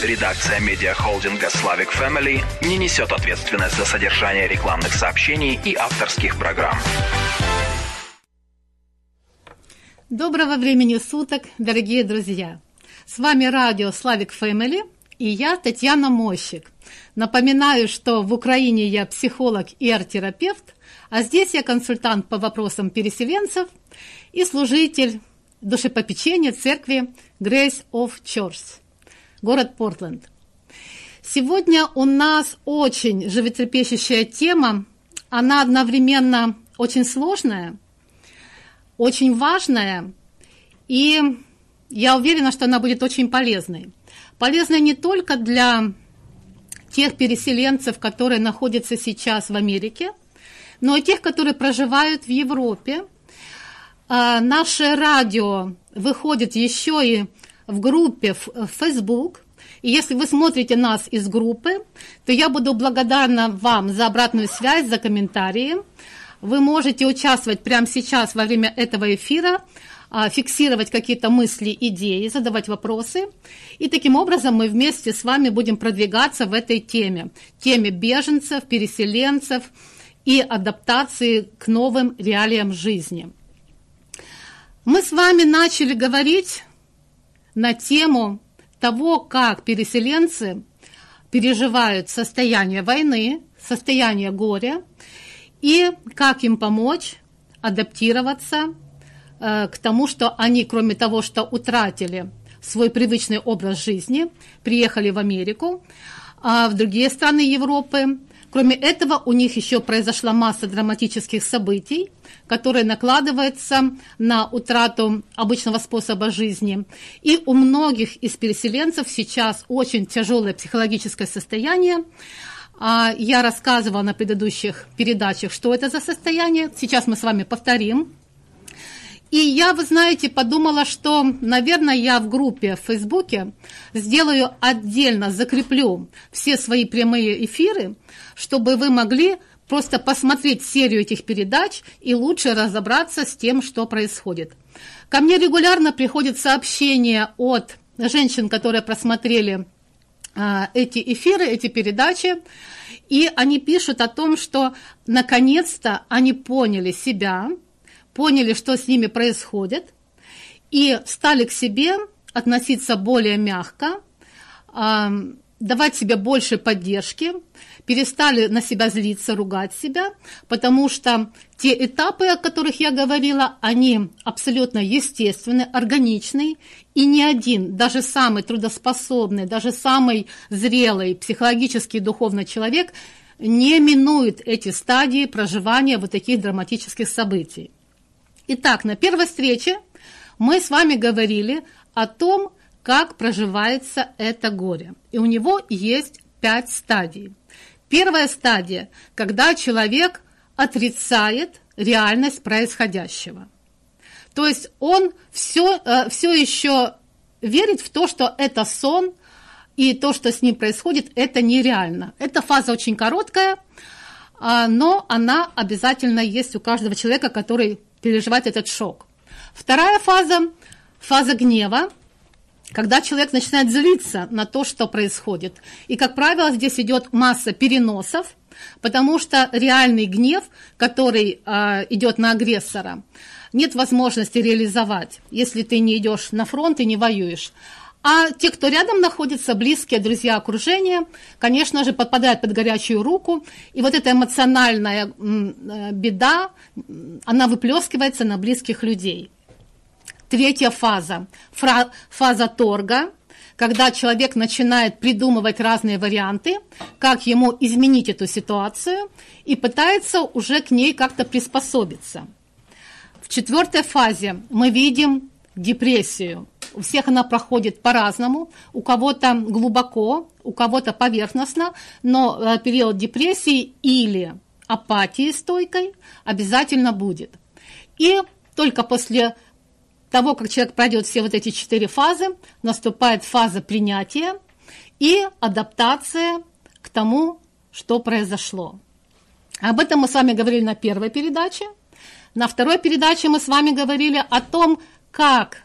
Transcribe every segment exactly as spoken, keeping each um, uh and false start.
Редакция медиахолдинга Slavic Family не несет ответственность за содержание рекламных сообщений и авторских программ. Доброго времени суток, дорогие друзья! С вами радио Slavic Family и я, Татьяна Мощик. Напоминаю, что в Украине я психолог и арт-терапевт, а здесь я консультант по вопросам переселенцев и служитель душепопечения церкви Grace of Church, город Портленд. Сегодня у нас очень животрепещущая тема, она одновременно очень сложная, очень важная, и я уверена, что она будет очень полезной. Полезной не только для тех переселенцев, которые находятся сейчас в Америке, но и тех, которые проживают в Европе. Наше радио выходит еще и в группе в Facebook. И если вы смотрите нас из группы, то я буду благодарна вам за обратную связь, за комментарии. Вы можете участвовать прямо сейчас во время этого эфира, фиксировать какие-то мысли, идеи, задавать вопросы. И таким образом мы вместе с вами будем продвигаться в этой теме. Теме беженцев, переселенцев и адаптации к новым реалиям жизни. Мы с вами начали говорить на тему того, как переселенцы переживают состояние войны, состояние горя, и как им помочь адаптироваться э, к тому, что они, кроме того, что утратили свой привычный образ жизни, приехали в Америку, а в другие страны Европы. Кроме этого, у них еще произошла масса драматических событий, которые накладываются на утрату обычного способа жизни. И у многих из переселенцев сейчас очень тяжелое психологическое состояние. Я рассказывала на предыдущих передачах, что это за состояние. Сейчас мы с вами повторим. И я, вы знаете, подумала, что, наверное, я в группе в Фейсбуке сделаю отдельно, закреплю все свои прямые эфиры, чтобы вы могли просто посмотреть серию этих передач и лучше разобраться с тем, что происходит. Ко мне регулярно приходят сообщения от женщин, которые просмотрели а, эти эфиры, эти передачи, и они пишут о том, что наконец-то они поняли себя, поняли, что с ними происходит, и стали к себе относиться более мягко, давать себе больше поддержки, перестали на себя злиться, ругать себя, потому что те этапы, о которых я говорила, они абсолютно естественны, органичны, и ни один, даже самый трудоспособный, даже самый зрелый психологически и духовный человек не минует эти стадии проживания вот таких драматических событий. Итак, на первой встрече мы с вами говорили о том, как проживается это горе. И у него есть пять стадий. Первая стадия, когда человек отрицает реальность происходящего. То есть он все, все еще верит в то, что это сон, и то, что с ним происходит, это нереально. Эта фаза очень короткая, но она обязательно есть у каждого человека, который переживает этот шок. Вторая фаза, фаза гнева, когда человек начинает злиться на то, что происходит. И, как правило, здесь идет масса переносов, потому что реальный гнев, который э, идет на агрессора, нет возможности реализовать, если ты не идешь на фронт и не воюешь. А те, кто рядом находится, близкие, друзья, окружение, конечно же, попадают под горячую руку. И вот эта эмоциональная беда, она выплескивается на близких людей. Третья фаза, фаза торга, когда человек начинает придумывать разные варианты, как ему изменить эту ситуацию, и пытается уже к ней как-то приспособиться. В четвертой фазе мы видим депрессию. У всех она проходит по-разному, у кого-то глубоко, у кого-то поверхностно, но период депрессии или апатии стойкой обязательно будет. И только после того, как человек пройдет все вот эти четыре фазы, наступает фаза принятия и адаптация к тому, что произошло. Об этом мы с вами говорили на первой передаче. На второй передаче мы с вами говорили о том, как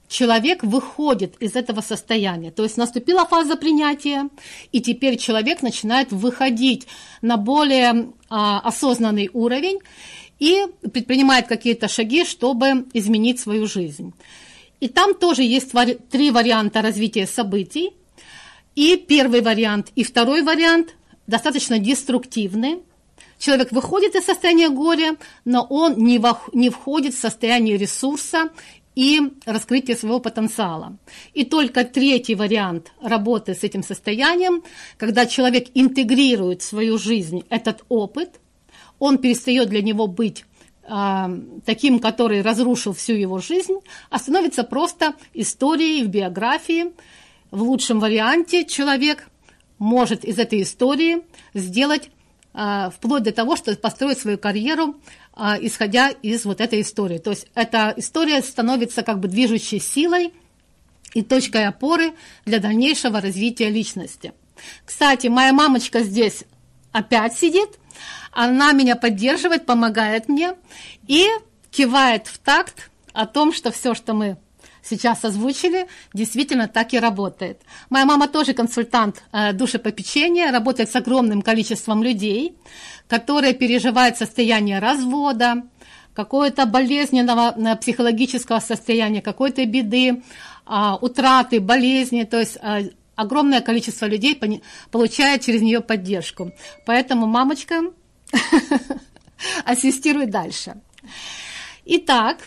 человек выходит из этого состояния. То есть наступила фаза принятия, и теперь человек начинает выходить на более а, осознанный уровень и предпринимает какие-то шаги, чтобы изменить свою жизнь. И там тоже есть вари- три варианта развития событий. И первый вариант, и второй вариант достаточно деструктивны. Человек выходит из состояния горя, но он не, вох- не входит в состояние ресурса и раскрытия своего потенциала. И только третий вариант работы с этим состоянием, когда человек интегрирует в свою жизнь этот опыт, он перестает для него быть э, таким, который разрушил всю его жизнь, а становится просто историей в биографии. В лучшем варианте человек может из этой истории сделать э, вплоть до того, что построить свою карьеру, исходя из вот этой истории. То есть эта история становится как бы движущей силой и точкой опоры для дальнейшего развития личности. Кстати, моя мамочка здесь опять сидит, она меня поддерживает, помогает мне и кивает в такт о том, что все, что мы сейчас озвучили, действительно так и работает. Моя мама тоже консультант э, душепопечения, работает с огромным количеством людей, которые переживают состояние развода, какое-то болезненного э, психологического состояния, какой-то беды, э, утраты, болезни. То есть э, огромное количество людей пони- получает через нее поддержку. Поэтому мамочка ассистирует дальше. Итак,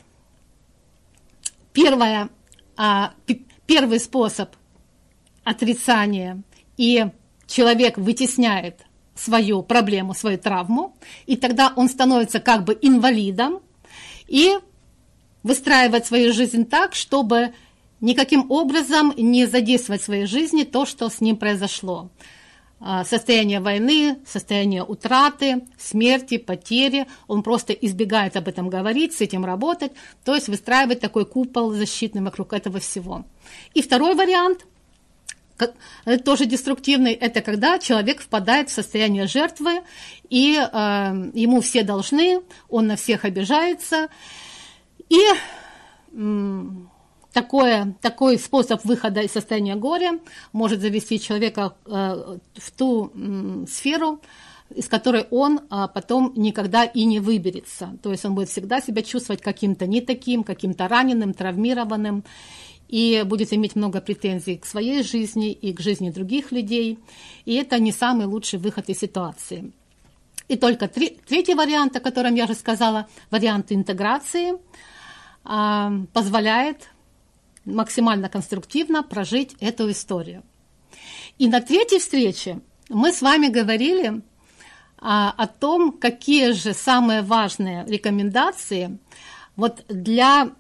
Первое, а, первый способ отрицания, и человек вытесняет свою проблему, свою травму, и тогда он становится как бы инвалидом и выстраивает свою жизнь так, чтобы никаким образом не задействовать в своей жизни то, что с ним произошло. Состояние войны, состояние утраты, смерти, потери. Он просто избегает об этом говорить, с этим работать, то есть выстраивать такой купол защитный вокруг этого всего. И второй вариант, тоже деструктивный, это когда человек впадает в состояние жертвы, и э, ему все должны, он на всех обижается, и э, Такое, такой способ выхода из состояния горя может завести человека э, в ту э, сферу, из которой он э, потом никогда и не выберется. То есть он будет всегда себя чувствовать каким-то не таким, каким-то раненым, травмированным, и будет иметь много претензий к своей жизни и к жизни других людей. И это не самый лучший выход из ситуации. И только три, третий вариант, о котором я уже сказала, вариант интеграции, э, позволяет максимально конструктивно прожить эту историю. И на третьей встрече мы с вами говорили а, о том, какие же самые важные рекомендации вот для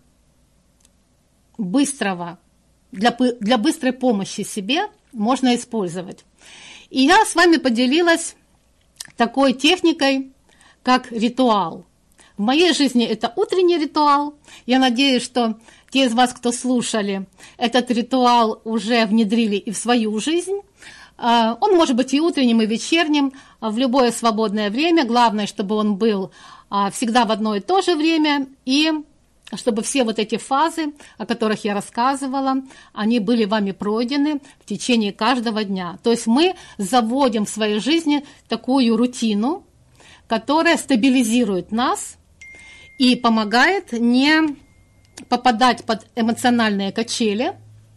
быстрого, для, для быстрой помощи себе можно использовать. И я с вами поделилась такой техникой, как ритуал. В моей жизни это утренний ритуал. Я надеюсь, что те из вас, кто слушали, этот ритуал уже внедрили и в свою жизнь. Он может быть и утренним, и вечерним, в любое свободное время. Главное, чтобы он был всегда в одно и то же время, и чтобы все вот эти фазы, о которых я рассказывала, они были вами пройдены в течение каждого дня. То есть мы заводим в своей жизни такую рутину, которая стабилизирует нас и помогает не попадать под эмоциональные качели,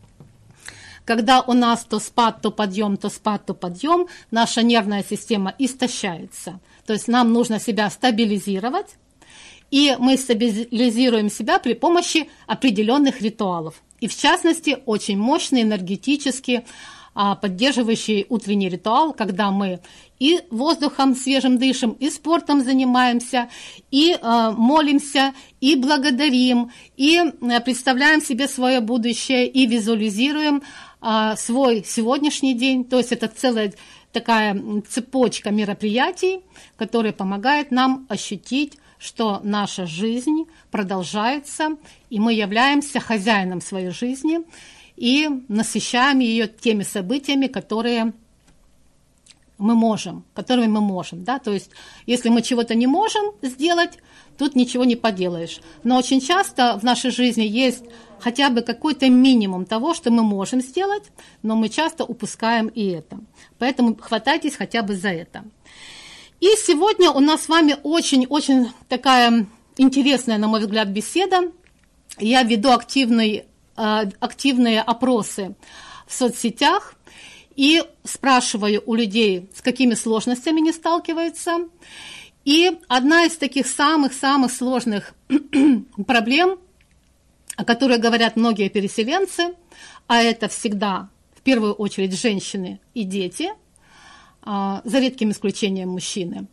когда у нас то спад, то подъем, то спад, то подъем, наша нервная система истощается. То есть нам нужно себя стабилизировать, и мы стабилизируем себя при помощи определенных ритуалов. И в частности, очень мощный, энергетический, поддерживающий утренний ритуал, когда мы и воздухом свежим дышим, и спортом занимаемся, и э, молимся, и благодарим, и э, представляем себе свое будущее, и визуализируем э, свой сегодняшний день. То есть это целая такая цепочка мероприятий, которая помогает нам ощутить, что наша жизнь продолжается, и мы являемся хозяином своей жизни, и насыщаем ее теми событиями, которые мы можем, которыми мы можем, да, то есть если мы чего-то не можем сделать, тут ничего не поделаешь. Но очень часто в нашей жизни есть хотя бы какой-то минимум того, что мы можем сделать, но мы часто упускаем и это. Поэтому хватайтесь хотя бы за это. И сегодня у нас с вами очень-очень такая интересная, на мой взгляд, беседа. Я веду активный, активные опросы в соцсетях и спрашиваю у людей, с какими сложностями они сталкиваются. И одна из таких самых-самых сложных проблем, о которой говорят многие переселенцы, а это всегда, в первую очередь, женщины и дети, за редким исключением мужчины.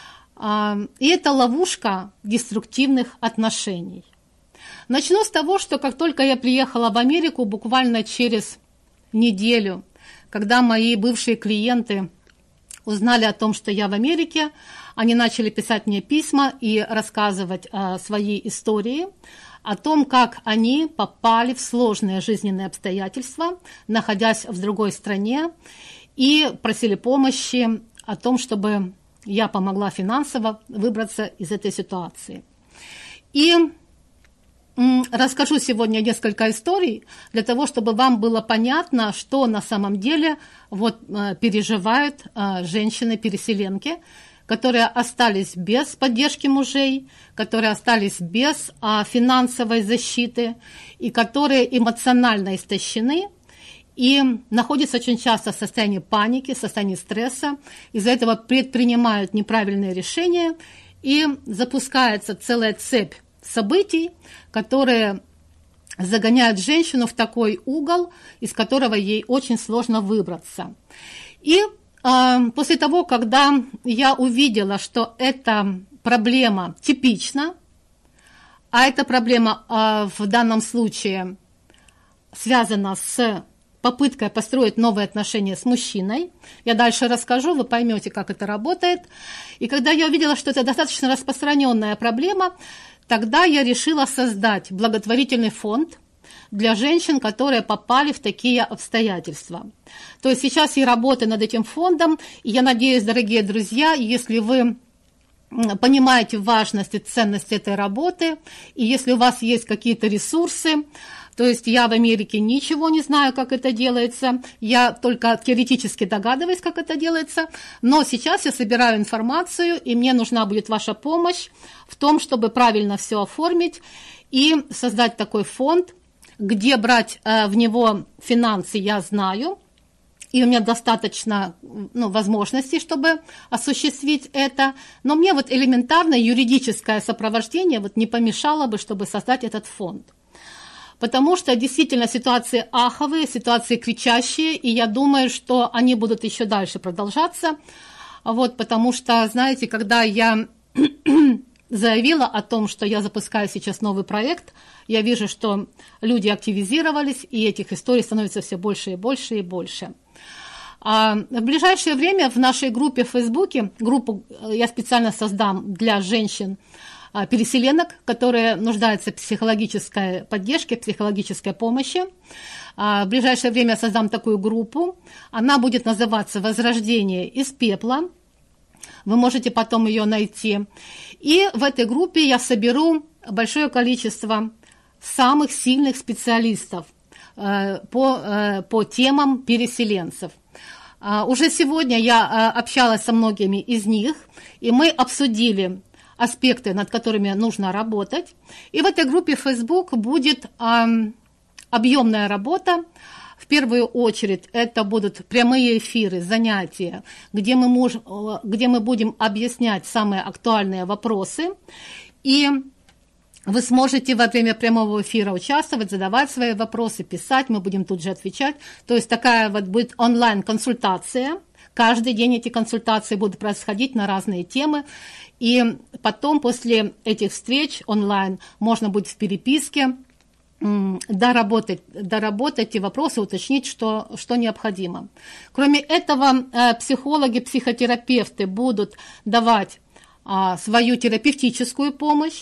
И это ловушка деструктивных отношений. Начну с того, что как только я приехала в Америку, буквально через неделю, когда мои бывшие клиенты узнали о том, что я в Америке, они начали писать мне письма и рассказывать э, свои истории о том, как они попали в сложные жизненные обстоятельства, находясь в другой стране, и просили помощи о том, чтобы я помогла финансово выбраться из этой ситуации. И расскажу сегодня несколько историй для того, чтобы вам было понятно, что на самом деле вот, переживают женщины-переселенки, которые остались без поддержки мужей, которые остались без финансовой защиты и которые эмоционально истощены и находятся очень часто в состоянии паники, в состоянии стресса, из-за этого предпринимают неправильные решения и запускается целая цепь событий, которые загоняют женщину в такой угол, из которого ей очень сложно выбраться. И э, после того, когда я увидела, что эта проблема типична, а эта проблема э, в данном случае связана с попыткой построить новые отношения с мужчиной, я дальше расскажу, вы поймете, как это работает. И когда я увидела, что это достаточно распространенная проблема, тогда я решила создать благотворительный фонд для женщин, которые попали в такие обстоятельства. То есть сейчас я работаю над этим фондом, и я надеюсь, дорогие друзья, если вы понимаете важность и ценность этой работы, и если у вас есть какие-то ресурсы, то есть я в Америке ничего не знаю, как это делается, я только теоретически догадываюсь, как это делается, но сейчас я собираю информацию, и мне нужна будет ваша помощь в том, чтобы правильно все оформить и создать такой фонд, где брать э, в него финансы, я знаю, и у меня достаточно ну, возможностей, чтобы осуществить это, но мне вот элементарное юридическое сопровождение вот не помешало бы, чтобы создать этот фонд. Потому что действительно ситуации аховые, ситуации кричащие, и я думаю, что они будут еще дальше продолжаться. Вот, потому что, знаете, когда я заявила о том, что я запускаю сейчас новый проект, я вижу, что люди активизировались, и этих историй становится все больше и больше и больше. А в ближайшее время в нашей группе в Фейсбуке, группу я специально создам для женщин, переселенок, которые нуждаются в психологической поддержке, психологической помощи. В ближайшее время я создам такую группу. Она будет называться «Возрождение из пепла». Вы можете потом ее найти. И в этой группе я соберу большое количество самых сильных специалистов по, по темам переселенцев. Уже сегодня я общалась со многими из них, и мы обсудили аспекты, над которыми нужно работать. И в этой группе Facebook будет э, объемная работа. В первую очередь это будут прямые эфиры, занятия, где мы, мож, где мы будем объяснять самые актуальные вопросы. И вы сможете во время прямого эфира участвовать, задавать свои вопросы, писать, мы будем тут же отвечать. То есть такая вот будет онлайн-консультация. Каждый день эти консультации будут происходить на разные темы. И потом, после этих встреч онлайн, можно будет в переписке доработать, доработать эти вопросы, уточнить, что, что необходимо. Кроме этого, психологи, психотерапевты будут давать свою терапевтическую помощь.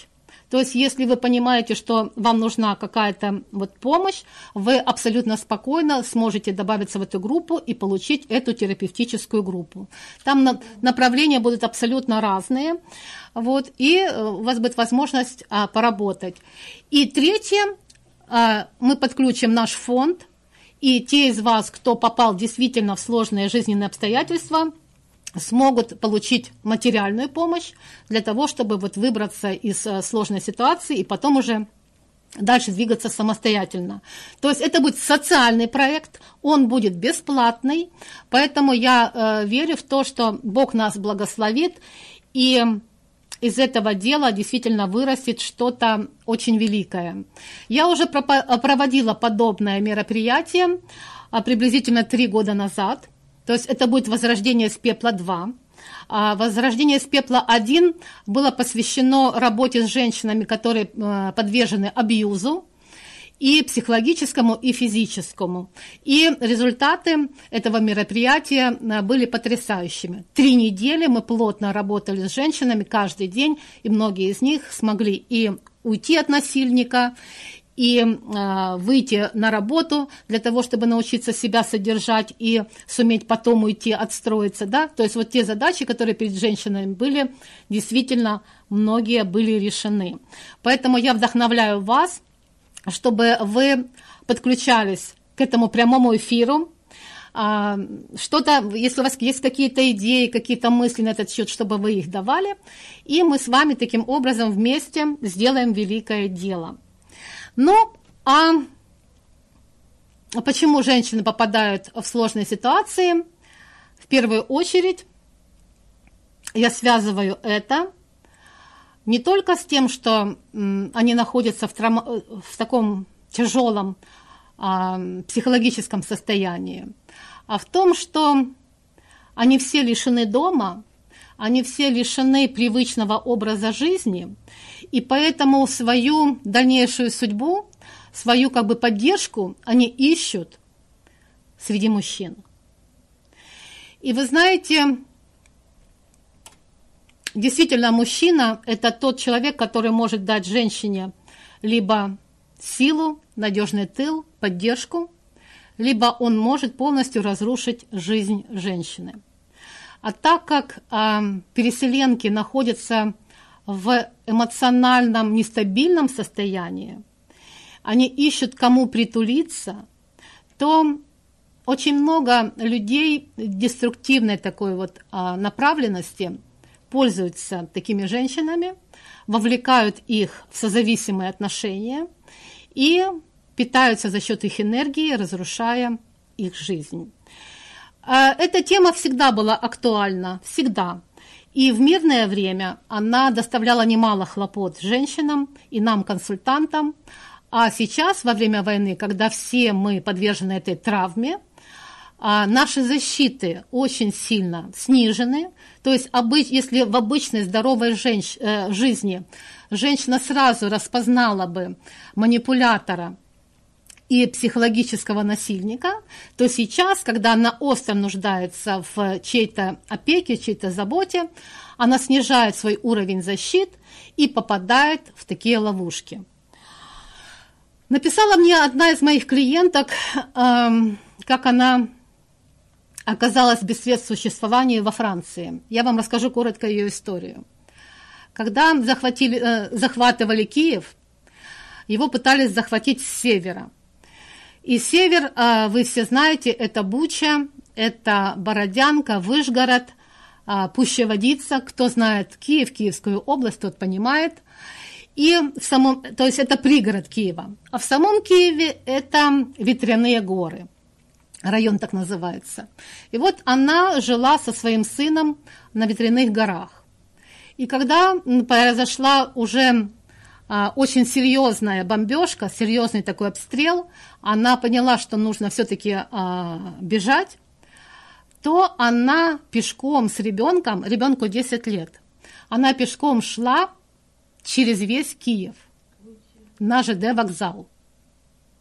То есть, если вы понимаете, что вам нужна какая-то вот помощь, вы абсолютно спокойно сможете добавиться в эту группу и получить эту терапевтическую группу. Там на, направления будут абсолютно разные, вот, и у вас будет возможность а, поработать. И третье, а, мы подключим наш фонд, и те из вас, кто попал действительно в сложные жизненные обстоятельства, смогут получить материальную помощь для того, чтобы вот выбраться из сложной ситуации и потом уже дальше двигаться самостоятельно. То есть это будет социальный проект, он будет бесплатный, поэтому я э, верю в то, что Бог нас благословит, и из этого дела действительно вырастет что-то очень великое. Я уже проводила подобное мероприятие приблизительно три года назад. То есть это будет «Возрождение из пепла два». А «Возрождение из пепла один» было посвящено работе с женщинами, которые подвержены абьюзу, и психологическому, и физическому. И результаты этого мероприятия были потрясающими. Три недели мы плотно работали с женщинами каждый день, и многие из них смогли и уйти от насильника, и э, выйти на работу для того, чтобы научиться себя содержать и суметь потом уйти, отстроиться, да, то есть вот те задачи, которые перед женщинами были, действительно многие были решены. Поэтому я вдохновляю вас, чтобы вы подключались к этому прямому эфиру, а, что-то, если у вас есть какие-то идеи, какие-то мысли на этот счет, чтобы вы их давали, и мы с вами таким образом вместе сделаем великое дело. Ну, а почему женщины попадают в сложные ситуации? В первую очередь я связываю это не только с тем, что они находятся в, трам... в таком тяжелом а, психологическом состоянии, а в том, что они все лишены дома, они все лишены привычного образа жизни, и поэтому свою дальнейшую судьбу, свою как бы поддержку они ищут среди мужчин. И вы знаете, действительно, мужчина – это тот человек, который может дать женщине либо силу, надежный тыл, поддержку, либо он может полностью разрушить жизнь женщины. А так как э, переселенки находятся в эмоциональном нестабильном состоянии, они ищут, кому притулиться, то очень много людей деструктивной такой вот э, направленности пользуются такими женщинами, вовлекают их в созависимые отношения и питаются за счет их энергии, разрушая их жизнь. Эта тема всегда была актуальна, всегда. И в мирное время она доставляла немало хлопот женщинам и нам, консультантам. А сейчас, во время войны, когда все мы подвержены этой травме, наши защиты очень сильно снижены. То есть, если в обычной здоровой женщ... жизни женщина сразу распознала бы манипулятора и психологического насильника, то сейчас, когда она остро нуждается в чьей-то опеке, чьей-то заботе, она снижает свой уровень защит и попадает в такие ловушки. Написала мне одна из моих клиенток, э, как она оказалась без средств существования во Франции. Я вам расскажу коротко ее историю. Когда захватили, э, захватывали Киев, его пытались захватить с севера. И север, вы все знаете, это Буча, это Бородянка, Вышгород, Пуща-Водица. Кто знает Киев, Киевскую область, тот понимает. И в самом, то есть это пригород Киева. А в самом Киеве это Ветряные горы. Район так называется. И вот она жила со своим сыном на Ветряных горах. И когда произошла уже очень серьезная бомбежка, серьезный такой обстрел, она поняла, что нужно все-таки бежать, то она пешком с ребенком, ребенку десять лет, она пешком шла через весь Киев на ЖД вокзал.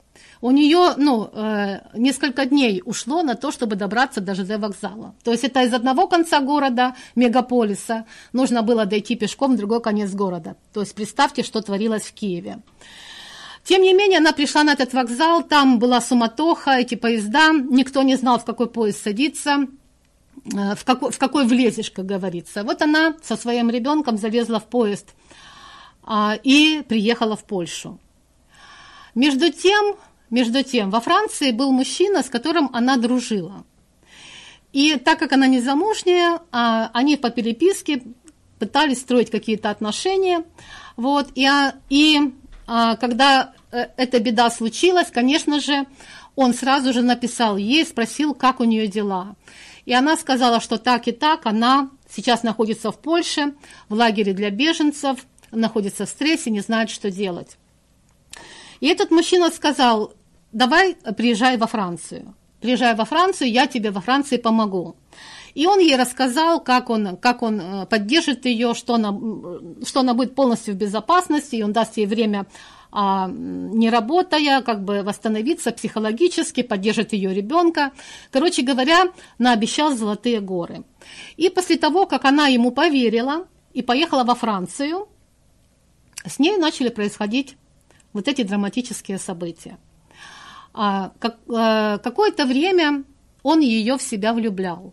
у нее, ну, э, несколько дней ушло на то, чтобы добраться до ЖД вокзала. То есть это из одного конца города, мегаполиса, нужно было дойти пешком в другой конец города. То есть представьте, что творилось в Киеве. Тем не менее, она пришла на этот вокзал, там была суматоха, эти поезда, никто не знал, в какой поезд садиться, в какой, в какой влезешь, как говорится. Вот она со своим ребенком залезла в поезд а, и приехала в Польшу. Между тем, между тем, во Франции был мужчина, с которым она дружила. И так как она незамужняя, а, они по переписке пытались строить какие-то отношения. Вот, и, и а, когда эта беда случилась, конечно же, он сразу же написал ей, спросил, как у нее дела. И она сказала, что так и так, она сейчас находится в Польше, в лагере для беженцев, находится в стрессе, не знает, что делать. И этот мужчина сказал, давай приезжай во Францию. Приезжай во Францию, я тебе во Франции помогу. И он ей рассказал, как он, как он поддержит ее, что она, что она будет полностью в безопасности, и он даст ей время, а, не работая, как бы восстановиться психологически, поддержит ее ребенка. Короче говоря, наобещал золотые горы. И после того, как она ему поверила и поехала во Францию, с ней начали происходить вот эти драматические события. А, как, а, какое-то время он ее в себя влюблял.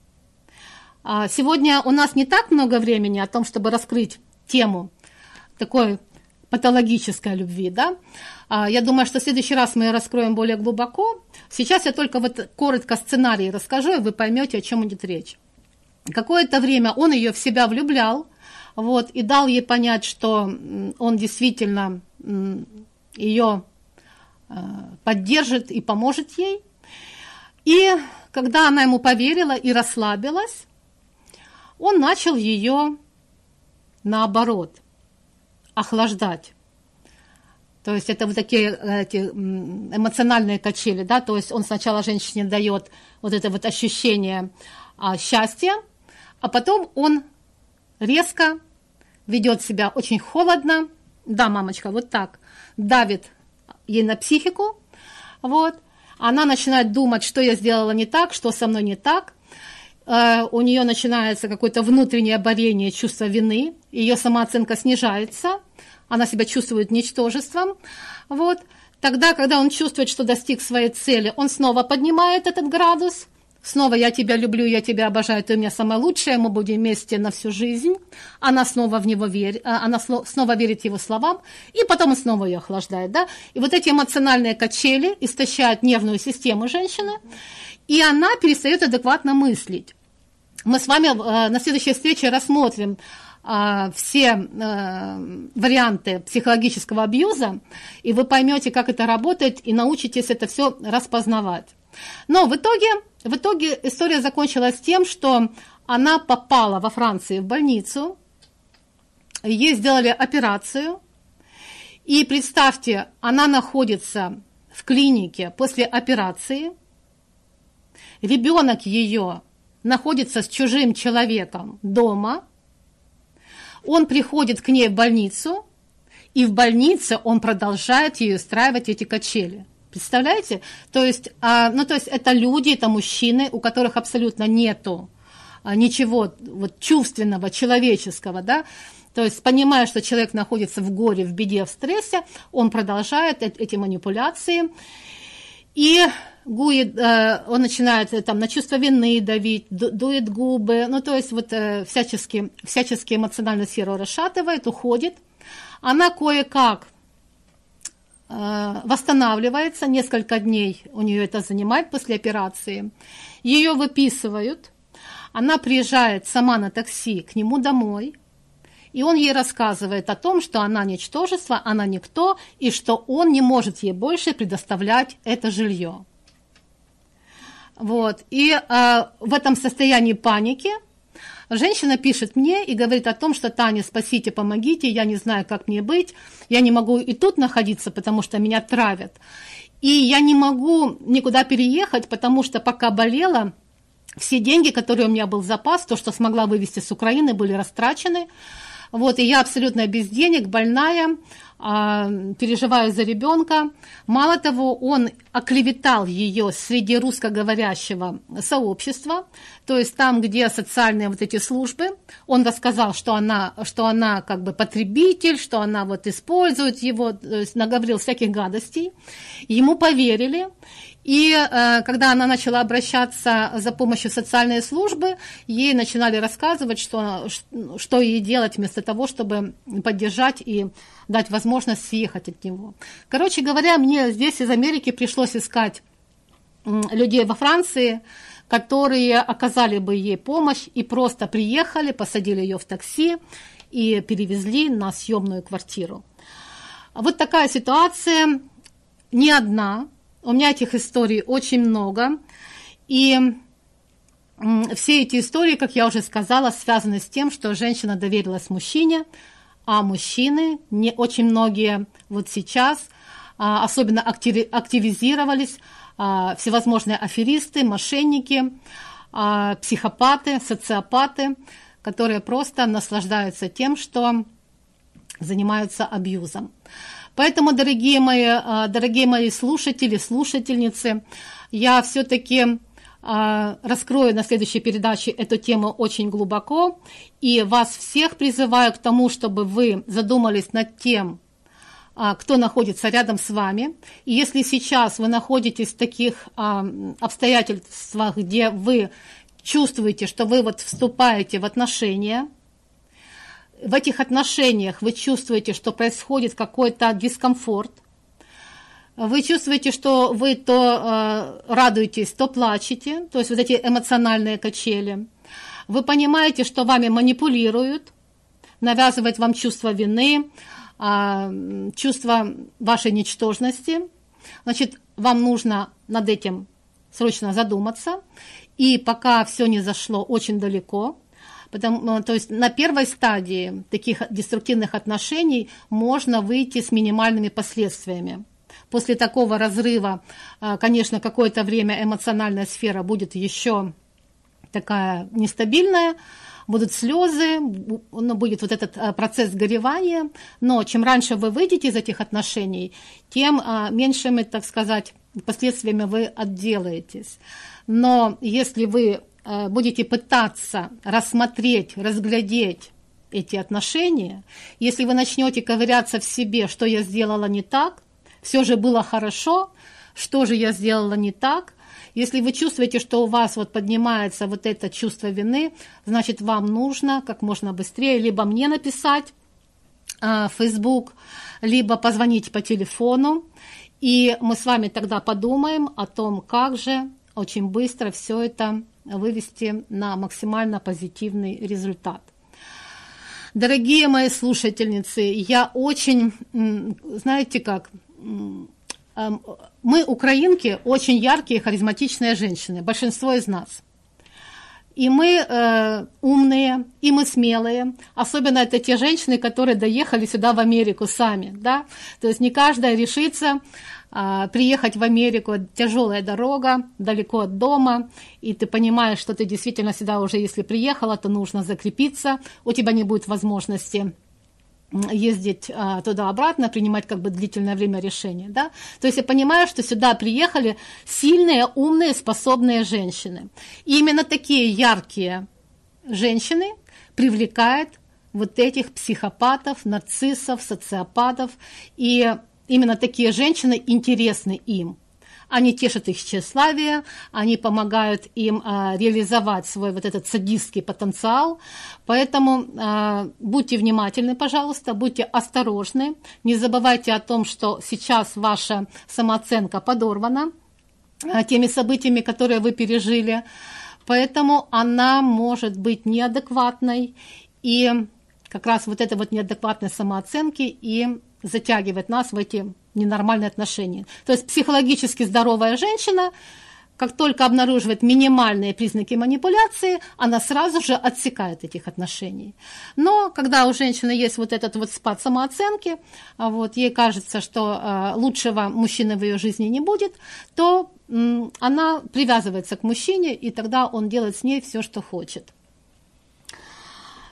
А, сегодня у нас не так много времени о том, чтобы раскрыть тему такой патологической любви, да? А, я думаю, что в следующий раз мы ее раскроем более глубоко. Сейчас я только вот коротко сценарий расскажу, и вы поймете, о чем идет речь. Какое-то время он ее в себя влюблял, вот, и дал ей понять, что он действительно ее поддержит и поможет ей. И когда она ему поверила и расслабилась, он начал ее, наоборот, охлаждать. То есть это вот такие эти эмоциональные качели, да, то есть он сначала женщине дает вот это вот ощущение а, счастья, а потом он резко ведет себя очень холодно, да, мамочка, вот так, давит ей на психику, вот, она начинает думать, что я сделала не так, что со мной не так, э, у нее начинается какое-то внутреннее борение, чувство вины, ее самооценка снижается, она себя чувствует ничтожеством, вот, тогда, когда он чувствует, что достиг своей цели, он снова поднимает этот градус, снова я тебя люблю, я тебя обожаю, ты у меня самая лучшая, мы будем вместе на всю жизнь. Она снова в него верит, она снова верит его словам, и потом он снова ее охлаждает, да. И вот эти эмоциональные качели истощают нервную систему женщины, и она перестает адекватно мыслить. Мы с вами на следующей встрече рассмотрим все варианты психологического абьюза, и вы поймете, как это работает, и научитесь это все распознавать. Но в итоге, в итоге история закончилась тем, что она попала во Франции в больницу, ей сделали операцию, и представьте, она находится в клинике после операции, ребенок ее находится с чужим человеком дома, он приходит к ней в больницу, и в больнице он продолжает ей устраивать эти качели. Представляете? То есть, а, ну, то есть это люди, это мужчины, у которых абсолютно нету а, ничего вот, чувственного, человеческого, да, то есть понимая, что человек находится в горе, в беде, в стрессе, он продолжает э- эти манипуляции, и гует, э, он начинает э, там, на чувство вины давить, ду- дует губы, ну, то есть вот э, всячески, всячески эмоциональную сферу расшатывает, уходит, она кое-как восстанавливается, несколько дней у нее это занимает после операции, ее выписывают, она приезжает сама на такси к нему домой, и он ей рассказывает о том, что она ничтожество, она никто, и что он не может ей больше предоставлять это жилье. Вот. И э, в этом состоянии паники женщина пишет мне и говорит о том, что Таня, спасите, помогите, я не знаю, как мне быть, я не могу и тут находиться, потому что меня травят, и я не могу никуда переехать, потому что пока болела, все деньги, которые у меня был запас, то, что смогла вывезти с Украины, были растрачены, Вот, и я абсолютно без денег, больная, переживаю за ребенка. Мало того, он оклеветал ее среди русскоговорящего сообщества, то есть там, где социальные вот эти службы, он рассказал, что она, что она как бы потребитель, что она вот использует его, наговорил всяких гадостей. Ему поверили. И э, когда она начала обращаться за помощью в социальные службы, ей начинали рассказывать, что, что ей делать вместо того, чтобы поддержать и дать возможность съехать от него. Короче говоря, мне здесь из Америки пришлось искать людей во Франции, которые оказали бы ей помощь и просто приехали, посадили ее в такси и перевезли на съемную квартиру. Вот такая ситуация, не одна. У меня этих историй очень много, и все эти истории, как я уже сказала, связаны с тем, что женщина доверилась мужчине, а мужчины, не очень многие вот сейчас, особенно активизировались, всевозможные аферисты, мошенники, психопаты, социопаты, которые просто наслаждаются тем, что занимаются абьюзом. Поэтому, дорогие мои, дорогие мои слушатели, слушательницы, я все-таки раскрою на следующей передаче эту тему очень глубоко, и вас всех призываю к тому, чтобы вы задумались над тем, кто находится рядом с вами. И если сейчас вы находитесь в таких обстоятельствах, где вы чувствуете, что вы вот вступаете в отношения, в этих отношениях вы чувствуете, что происходит какой-то дискомфорт, вы чувствуете, что вы то э, радуетесь, то плачете, то есть вот эти эмоциональные качели. Вы понимаете, что вами манипулируют, навязывают вам чувство вины, э, чувство вашей ничтожности. Значит, вам нужно над этим срочно задуматься. И пока все не зашло очень далеко, Потому, то есть на первой стадии таких деструктивных отношений можно выйти с минимальными последствиями. После такого разрыва, конечно, какое-то время эмоциональная сфера будет еще такая нестабильная, будут слезы, будет вот этот процесс горевания, но чем раньше вы выйдете из этих отношений, тем меньшими, так сказать, последствиями вы отделаетесь. Но если вы будете пытаться рассмотреть, разглядеть эти отношения, если вы начнете ковыряться в себе, что я сделала не так, все же было хорошо, что же я сделала не так, если вы чувствуете, что у вас вот поднимается вот это чувство вины, значит, вам нужно как можно быстрее либо мне написать в Facebook, либо позвонить по телефону, и мы с вами тогда подумаем о том, как же очень быстро все это вывести на максимально позитивный результат. Дорогие мои слушательницы, я очень, знаете как, мы, украинки, очень яркие, харизматичные женщины, большинство из нас. И мы э, умные, и мы смелые, особенно это те женщины, которые доехали сюда в Америку сами, да, то есть не каждая решится э, приехать в Америку, тяжелая дорога, далеко от дома, и ты понимаешь, что ты действительно сюда уже, если приехала, то нужно закрепиться, у тебя не будет возможности ездить а, туда-обратно, принимать как бы длительное время решения, да. То есть я понимаю, что сюда приехали сильные, умные, способные женщины. И именно такие яркие женщины привлекают вот этих психопатов, нарциссов, социопатов. И именно такие женщины интересны им. Они тешат их тщеславие, они помогают им а, реализовать свой вот этот садистский потенциал. Поэтому а, будьте внимательны, пожалуйста, будьте осторожны. Не забывайте о том, что сейчас ваша самооценка подорвана а, теми событиями, которые вы пережили. Поэтому она может быть неадекватной. И как раз вот эта вот неадекватность самооценки и затягивает нас в эти ненормальные отношения. То есть психологически здоровая женщина, как только обнаруживает минимальные признаки манипуляции, она сразу же отсекает этих отношений. Но когда у женщины есть вот этот вот спад самооценки, вот, ей кажется, что э, лучшего мужчины в ее жизни не будет, то э, она привязывается к мужчине, и тогда он делает с ней все, что хочет.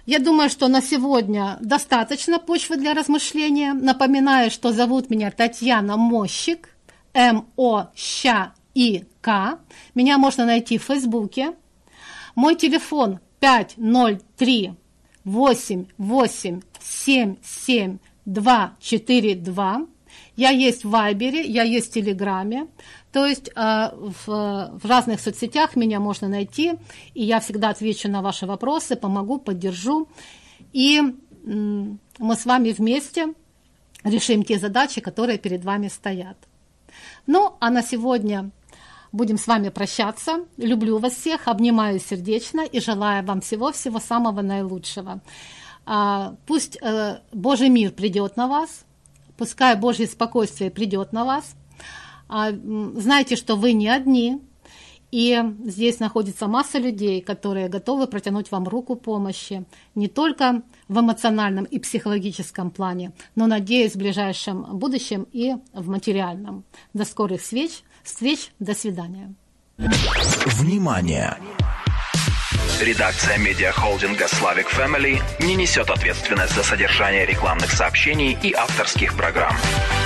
Я думаю, что на сегодня достаточно почвы для размышления. Напоминаю, что зовут меня Татьяна Мощик, М О Щ И К. Меня можно найти в Фейсбуке. Мой телефон пять ноль три восемь восемь семь семь два четыре два. Я есть в Вайбере, я есть в Телеграме. То есть э, в, в разных соцсетях меня можно найти, и я всегда отвечу на ваши вопросы, помогу, поддержу. И м, мы с вами вместе решим те задачи, которые перед вами стоят. Ну, а на сегодня будем с вами прощаться. Люблю вас всех, обнимаю сердечно и желаю вам всего-всего самого наилучшего. А, пусть э, Божий мир придет на вас, пускай Божье спокойствие придет на вас. А, знайте, что вы не одни, и здесь находится масса людей, которые готовы протянуть вам руку помощи не только в эмоциональном и психологическом плане, но, надеюсь, в ближайшем будущем и в материальном. До скорых встреч, встреч, до свидания. Внимание! Редакция медиахолдинга Slavic Family не несет ответственность за содержание рекламних сообщений і авторських програм.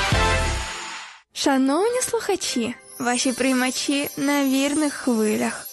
Шановні слухачі, ваші приймачі на вірних хвилях.